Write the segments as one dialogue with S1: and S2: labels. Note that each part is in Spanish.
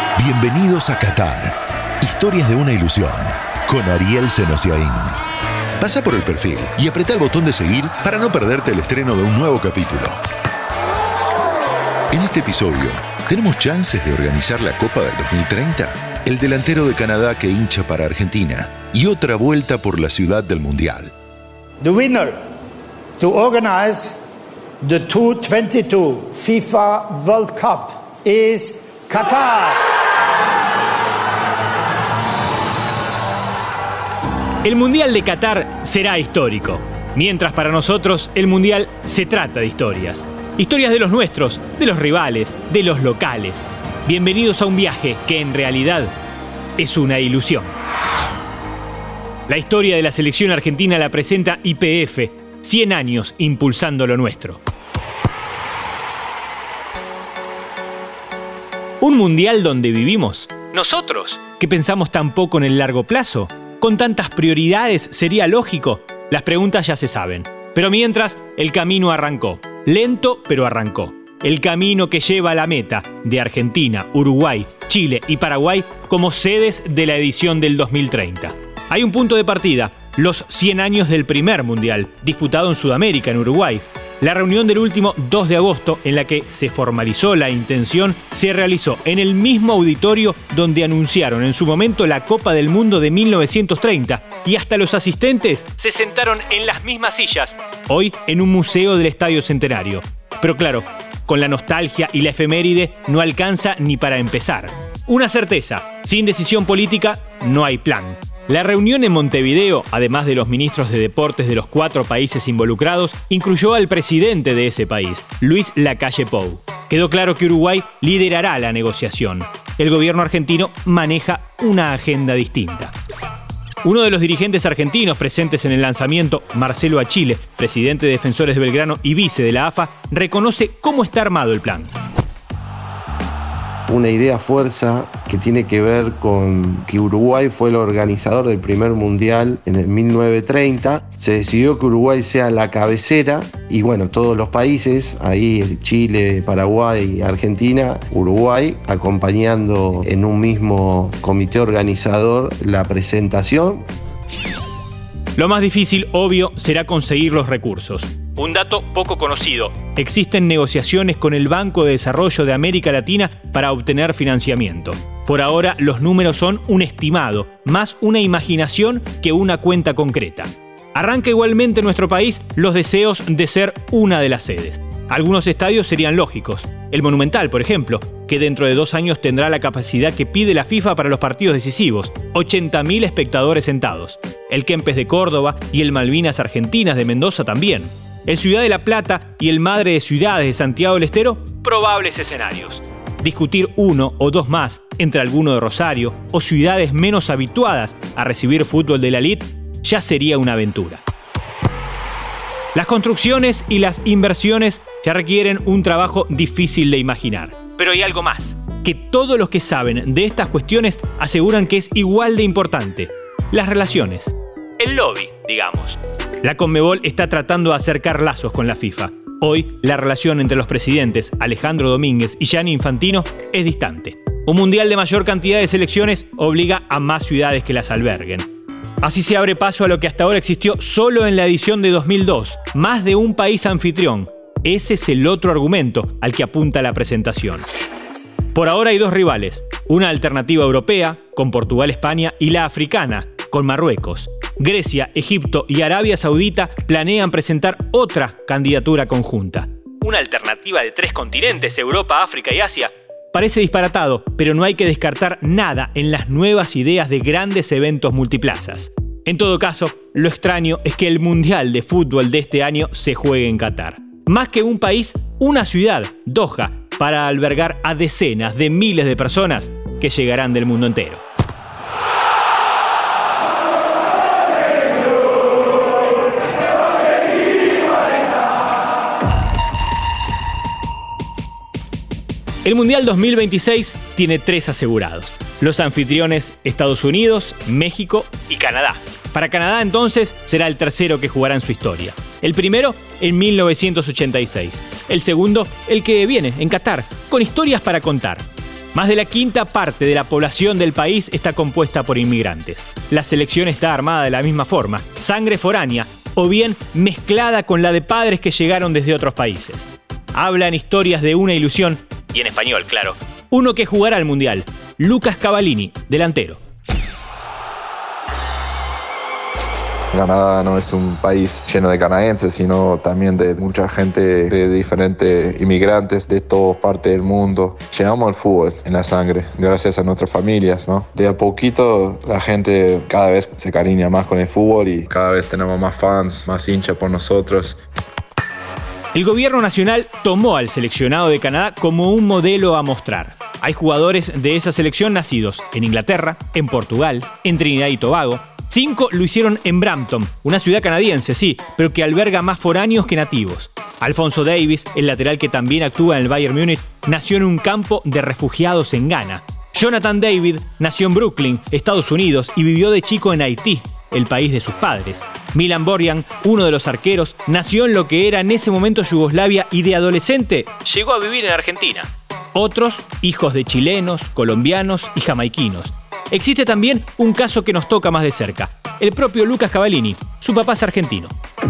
S1: Bienvenidos a Qatar. Historias de una ilusión. Con Ariel Senosiaín. Pasa por el perfil y apretá el botón de seguir para no perderte el estreno de un nuevo capítulo. En este episodio, ¿tenemos chances de organizar la Copa del 2030? El delantero de Canadá que hincha para Argentina y otra vuelta por la ciudad del Mundial.
S2: The winner to organize the 2022 FIFA World Cup is Qatar.
S3: El Mundial de Qatar será histórico, mientras para nosotros el Mundial se trata de historias. Historias de los nuestros, de los rivales, de los locales. Bienvenidos a un viaje que en realidad es una ilusión. La historia de la selección argentina la presenta YPF, 100 años impulsando lo nuestro. ¿Un mundial donde vivimos? ¿Nosotros, que pensamos tan poco en el largo plazo? ¿Con tantas prioridades sería lógico? Las preguntas ya se saben. Pero mientras, el camino arrancó. Lento, pero arrancó. El camino que lleva a la meta de Argentina, Uruguay, Chile y Paraguay como sedes de la edición del 2030. Hay un punto de partida, los 100 años del primer mundial, disputado en Sudamérica, en Uruguay. La reunión del último 2 de agosto, en la que se formalizó la intención, se realizó en el mismo auditorio donde anunciaron en su momento la Copa del Mundo de 1930 y hasta los asistentes se sentaron en las mismas sillas, hoy en un museo del Estadio Centenario. Pero claro, con la nostalgia y la efeméride no alcanza ni para empezar. Una certeza, sin decisión política no hay plan. La reunión en Montevideo, además de los ministros de deportes de los 4 países involucrados, incluyó al presidente de ese país, Luis Lacalle Pou. Quedó claro que Uruguay liderará la negociación. El gobierno argentino maneja una agenda distinta. Uno de los dirigentes argentinos presentes en el lanzamiento, Marcelo Achille, presidente de Defensores de Belgrano y vice de la AFA, reconoce cómo está armado el plan.
S4: Una idea fuerza que tiene que ver con que Uruguay fue el organizador del primer mundial en el 1930. Se decidió que Uruguay sea la cabecera y bueno, todos los países, ahí Chile, Paraguay, Argentina, Uruguay, acompañando en un mismo comité organizador la presentación.
S3: Lo más difícil, obvio, será conseguir los recursos. Un dato poco conocido: existen negociaciones con el Banco de Desarrollo de América Latina para obtener financiamiento. Por ahora, los números son un estimado, más una imaginación que una cuenta concreta. Arranca igualmente en nuestro país los deseos de ser una de las sedes. Algunos estadios serían lógicos. El Monumental, por ejemplo, que dentro de 2 años tendrá la capacidad que pide la FIFA para los partidos decisivos, 80.000 espectadores sentados. El Kempes de Córdoba y el Malvinas Argentinas de Mendoza también. El Ciudad de la Plata y el Madre de Ciudades de Santiago del Estero, probables escenarios. Discutir 1 o 2 más entre alguno de Rosario o ciudades menos habituadas a recibir fútbol de la elite ya sería una aventura. Las construcciones y las inversiones ya requieren un trabajo difícil de imaginar. Pero hay algo más, que todos los que saben de estas cuestiones aseguran que es igual de importante: las relaciones. El lobby, digamos. La Conmebol está tratando de acercar lazos con la FIFA. Hoy, la relación entre los presidentes Alejandro Domínguez y Gianni Infantino es distante. Un mundial de mayor cantidad de selecciones obliga a más ciudades que las alberguen. Así se abre paso a lo que hasta ahora existió solo en la edición de 2002, más de un país anfitrión. Ese es el otro argumento al que apunta la presentación. Por ahora hay 2 rivales, una alternativa europea, con Portugal, España, y la africana, con Marruecos. Grecia, Egipto y Arabia Saudita planean presentar otra candidatura conjunta. Una alternativa de 3 continentes, Europa, África y Asia. Parece disparatado, pero no hay que descartar nada en las nuevas ideas de grandes eventos multiplazas. En todo caso, lo extraño es que el Mundial de Fútbol de este año se juegue en Qatar. Más que un país, una ciudad, Doha, para albergar a decenas de miles de personas que llegarán del mundo entero. El Mundial 2026 tiene 3 asegurados. Los anfitriones Estados Unidos, México y Canadá. Para Canadá, entonces, será el tercero que jugará en su historia. El primero, en 1986. El segundo, el que viene, en Qatar, con historias para contar. Más de la quinta parte de la población del país está compuesta por inmigrantes. La selección está armada de la misma forma, sangre foránea o bien mezclada con la de padres que llegaron desde otros países. Hablan historias de una ilusión, y en español, claro. Uno que jugará al Mundial, Lucas Cavallini, delantero.
S5: Canadá no es un país lleno de canadienses, sino también de mucha gente, de diferentes inmigrantes de todas partes del mundo. Llevamos al fútbol en la sangre, gracias a nuestras familias, ¿no? De a poquito la gente cada vez se cariña más con el fútbol y cada vez tenemos más fans, más hinchas por nosotros.
S3: El gobierno nacional tomó al seleccionado de Canadá como un modelo a mostrar. Hay jugadores de esa selección nacidos en Inglaterra, en Portugal, en Trinidad y Tobago. 5 lo hicieron en Brampton, una ciudad canadiense, sí, pero que alberga más foráneos que nativos. Alphonso Davies, el lateral que también actúa en el Bayern Múnich, nació en un campo de refugiados en Ghana. Jonathan David nació en Brooklyn, Estados Unidos, y vivió de chico en Haití, el país de sus padres. Milan Borjan, uno de los arqueros, nació en lo que era en ese momento Yugoslavia y de adolescente llegó a vivir en Argentina. Otros, hijos de chilenos, colombianos y jamaiquinos. Existe también un caso que nos toca más de cerca, el propio Lucas Cavallini. Su papá es argentino.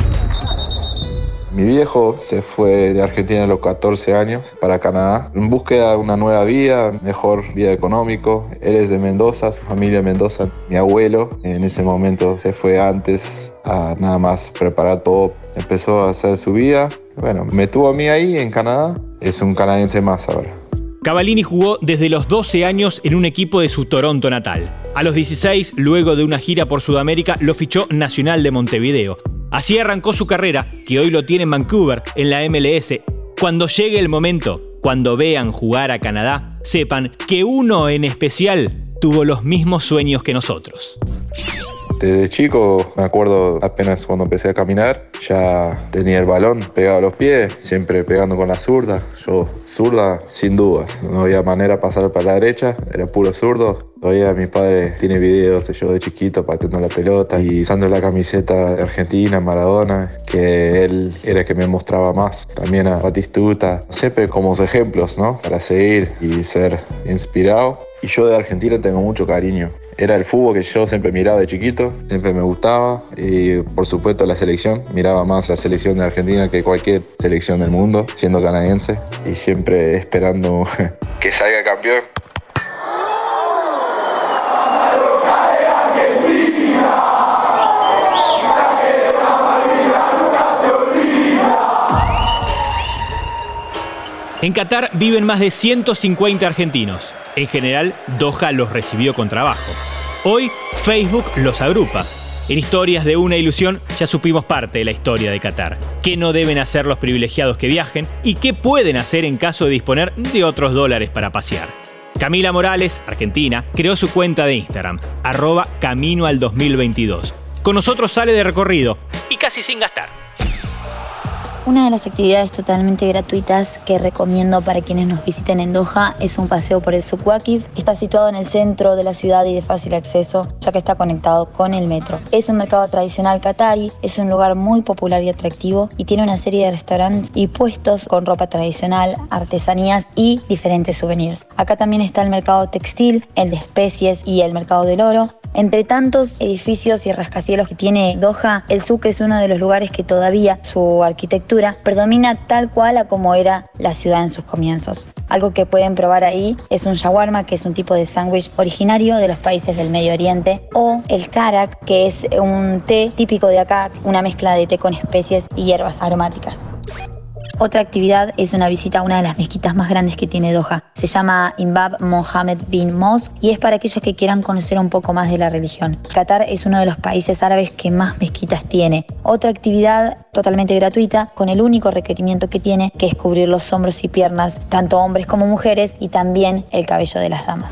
S5: Mi viejo se fue de Argentina a los 14 años para Canadá en búsqueda de una nueva vida, mejor vida económico. Él es de Mendoza, su familia de Mendoza. Mi abuelo en ese momento se fue antes a nada más preparar todo. Empezó a hacer su vida. Bueno, me tuvo a mí ahí en Canadá. Es un canadiense más ahora.
S3: Cavallini jugó desde los 12 años en un equipo de su Toronto natal. A los 16, luego de una gira por Sudamérica, lo fichó Nacional de Montevideo. Así arrancó su carrera, que hoy lo tiene en Vancouver, en la MLS. Cuando llegue el momento, cuando vean jugar a Canadá, sepan que uno en especial tuvo los mismos sueños que nosotros.
S5: Desde chico, me acuerdo apenas cuando empecé a caminar, ya tenía el balón pegado a los pies, siempre pegando con la zurda. Yo, zurda, sin dudas. No había manera de pasar para la derecha, era puro zurdo. Todavía mi padre tiene videos de yo de chiquito pateando la pelota y usando la camiseta de Argentina, Maradona, que él era el que me mostraba más. También a Batistuta, siempre como ejemplos, ¿no? Para seguir y ser inspirado. Y yo de Argentina tengo mucho cariño. Era el fútbol que yo siempre miraba de chiquito, siempre me gustaba y por supuesto la selección. Miraba más la selección de Argentina que cualquier selección del mundo, siendo canadiense y siempre esperando que salga campeón.
S3: En Qatar viven más de 150 argentinos. En general, Doha los recibió con trabajo. Hoy, Facebook los agrupa. En Historias de una ilusión ya supimos parte de la historia de Qatar. ¿Qué no deben hacer los privilegiados que viajen? ¿Y qué pueden hacer en caso de disponer de otros dólares para pasear? Camila Morales, argentina, creó su cuenta de Instagram, @caminoal2022. Con nosotros sale de recorrido y casi sin gastar.
S6: Una de las actividades totalmente gratuitas que recomiendo para quienes nos visiten en Doha es un paseo por el Souq Waqif. Está situado en el centro de la ciudad y de fácil acceso, ya que está conectado con el metro. Es un mercado tradicional qatarí, es un lugar muy popular y atractivo y tiene una serie de restaurantes y puestos con ropa tradicional, artesanías y diferentes souvenirs. Acá también está el mercado textil, el de especies y el mercado del oro. Entre tantos edificios y rascacielos que tiene Doha, el Souq es uno de los lugares que todavía su arquitectura predomina tal cual a como era la ciudad en sus comienzos. Algo que pueden probar ahí es un shawarma, que es un tipo de sándwich originario de los países del Medio Oriente, o el karak, que es un té típico de acá, una mezcla de té con especies y hierbas aromáticas. Otra actividad es una visita a una de las mezquitas más grandes que tiene Doha. Se llama Imam Mohammed bin Mosque y es para aquellos que quieran conocer un poco más de la religión. Qatar es uno de los países árabes que más mezquitas tiene. Otra actividad totalmente gratuita, con el único requerimiento que tiene, que es cubrir los hombros y piernas, tanto hombres como mujeres, y también el cabello de las damas.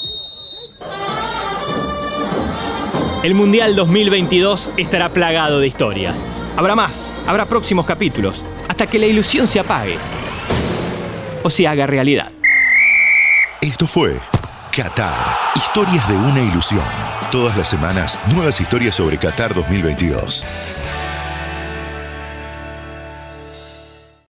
S3: El Mundial 2022 estará plagado de historias. Habrá más, habrá próximos capítulos, hasta que la ilusión se apague o se haga realidad.
S1: Esto fue Qatar, historias de una ilusión. Todas las semanas, nuevas historias sobre Qatar 2022.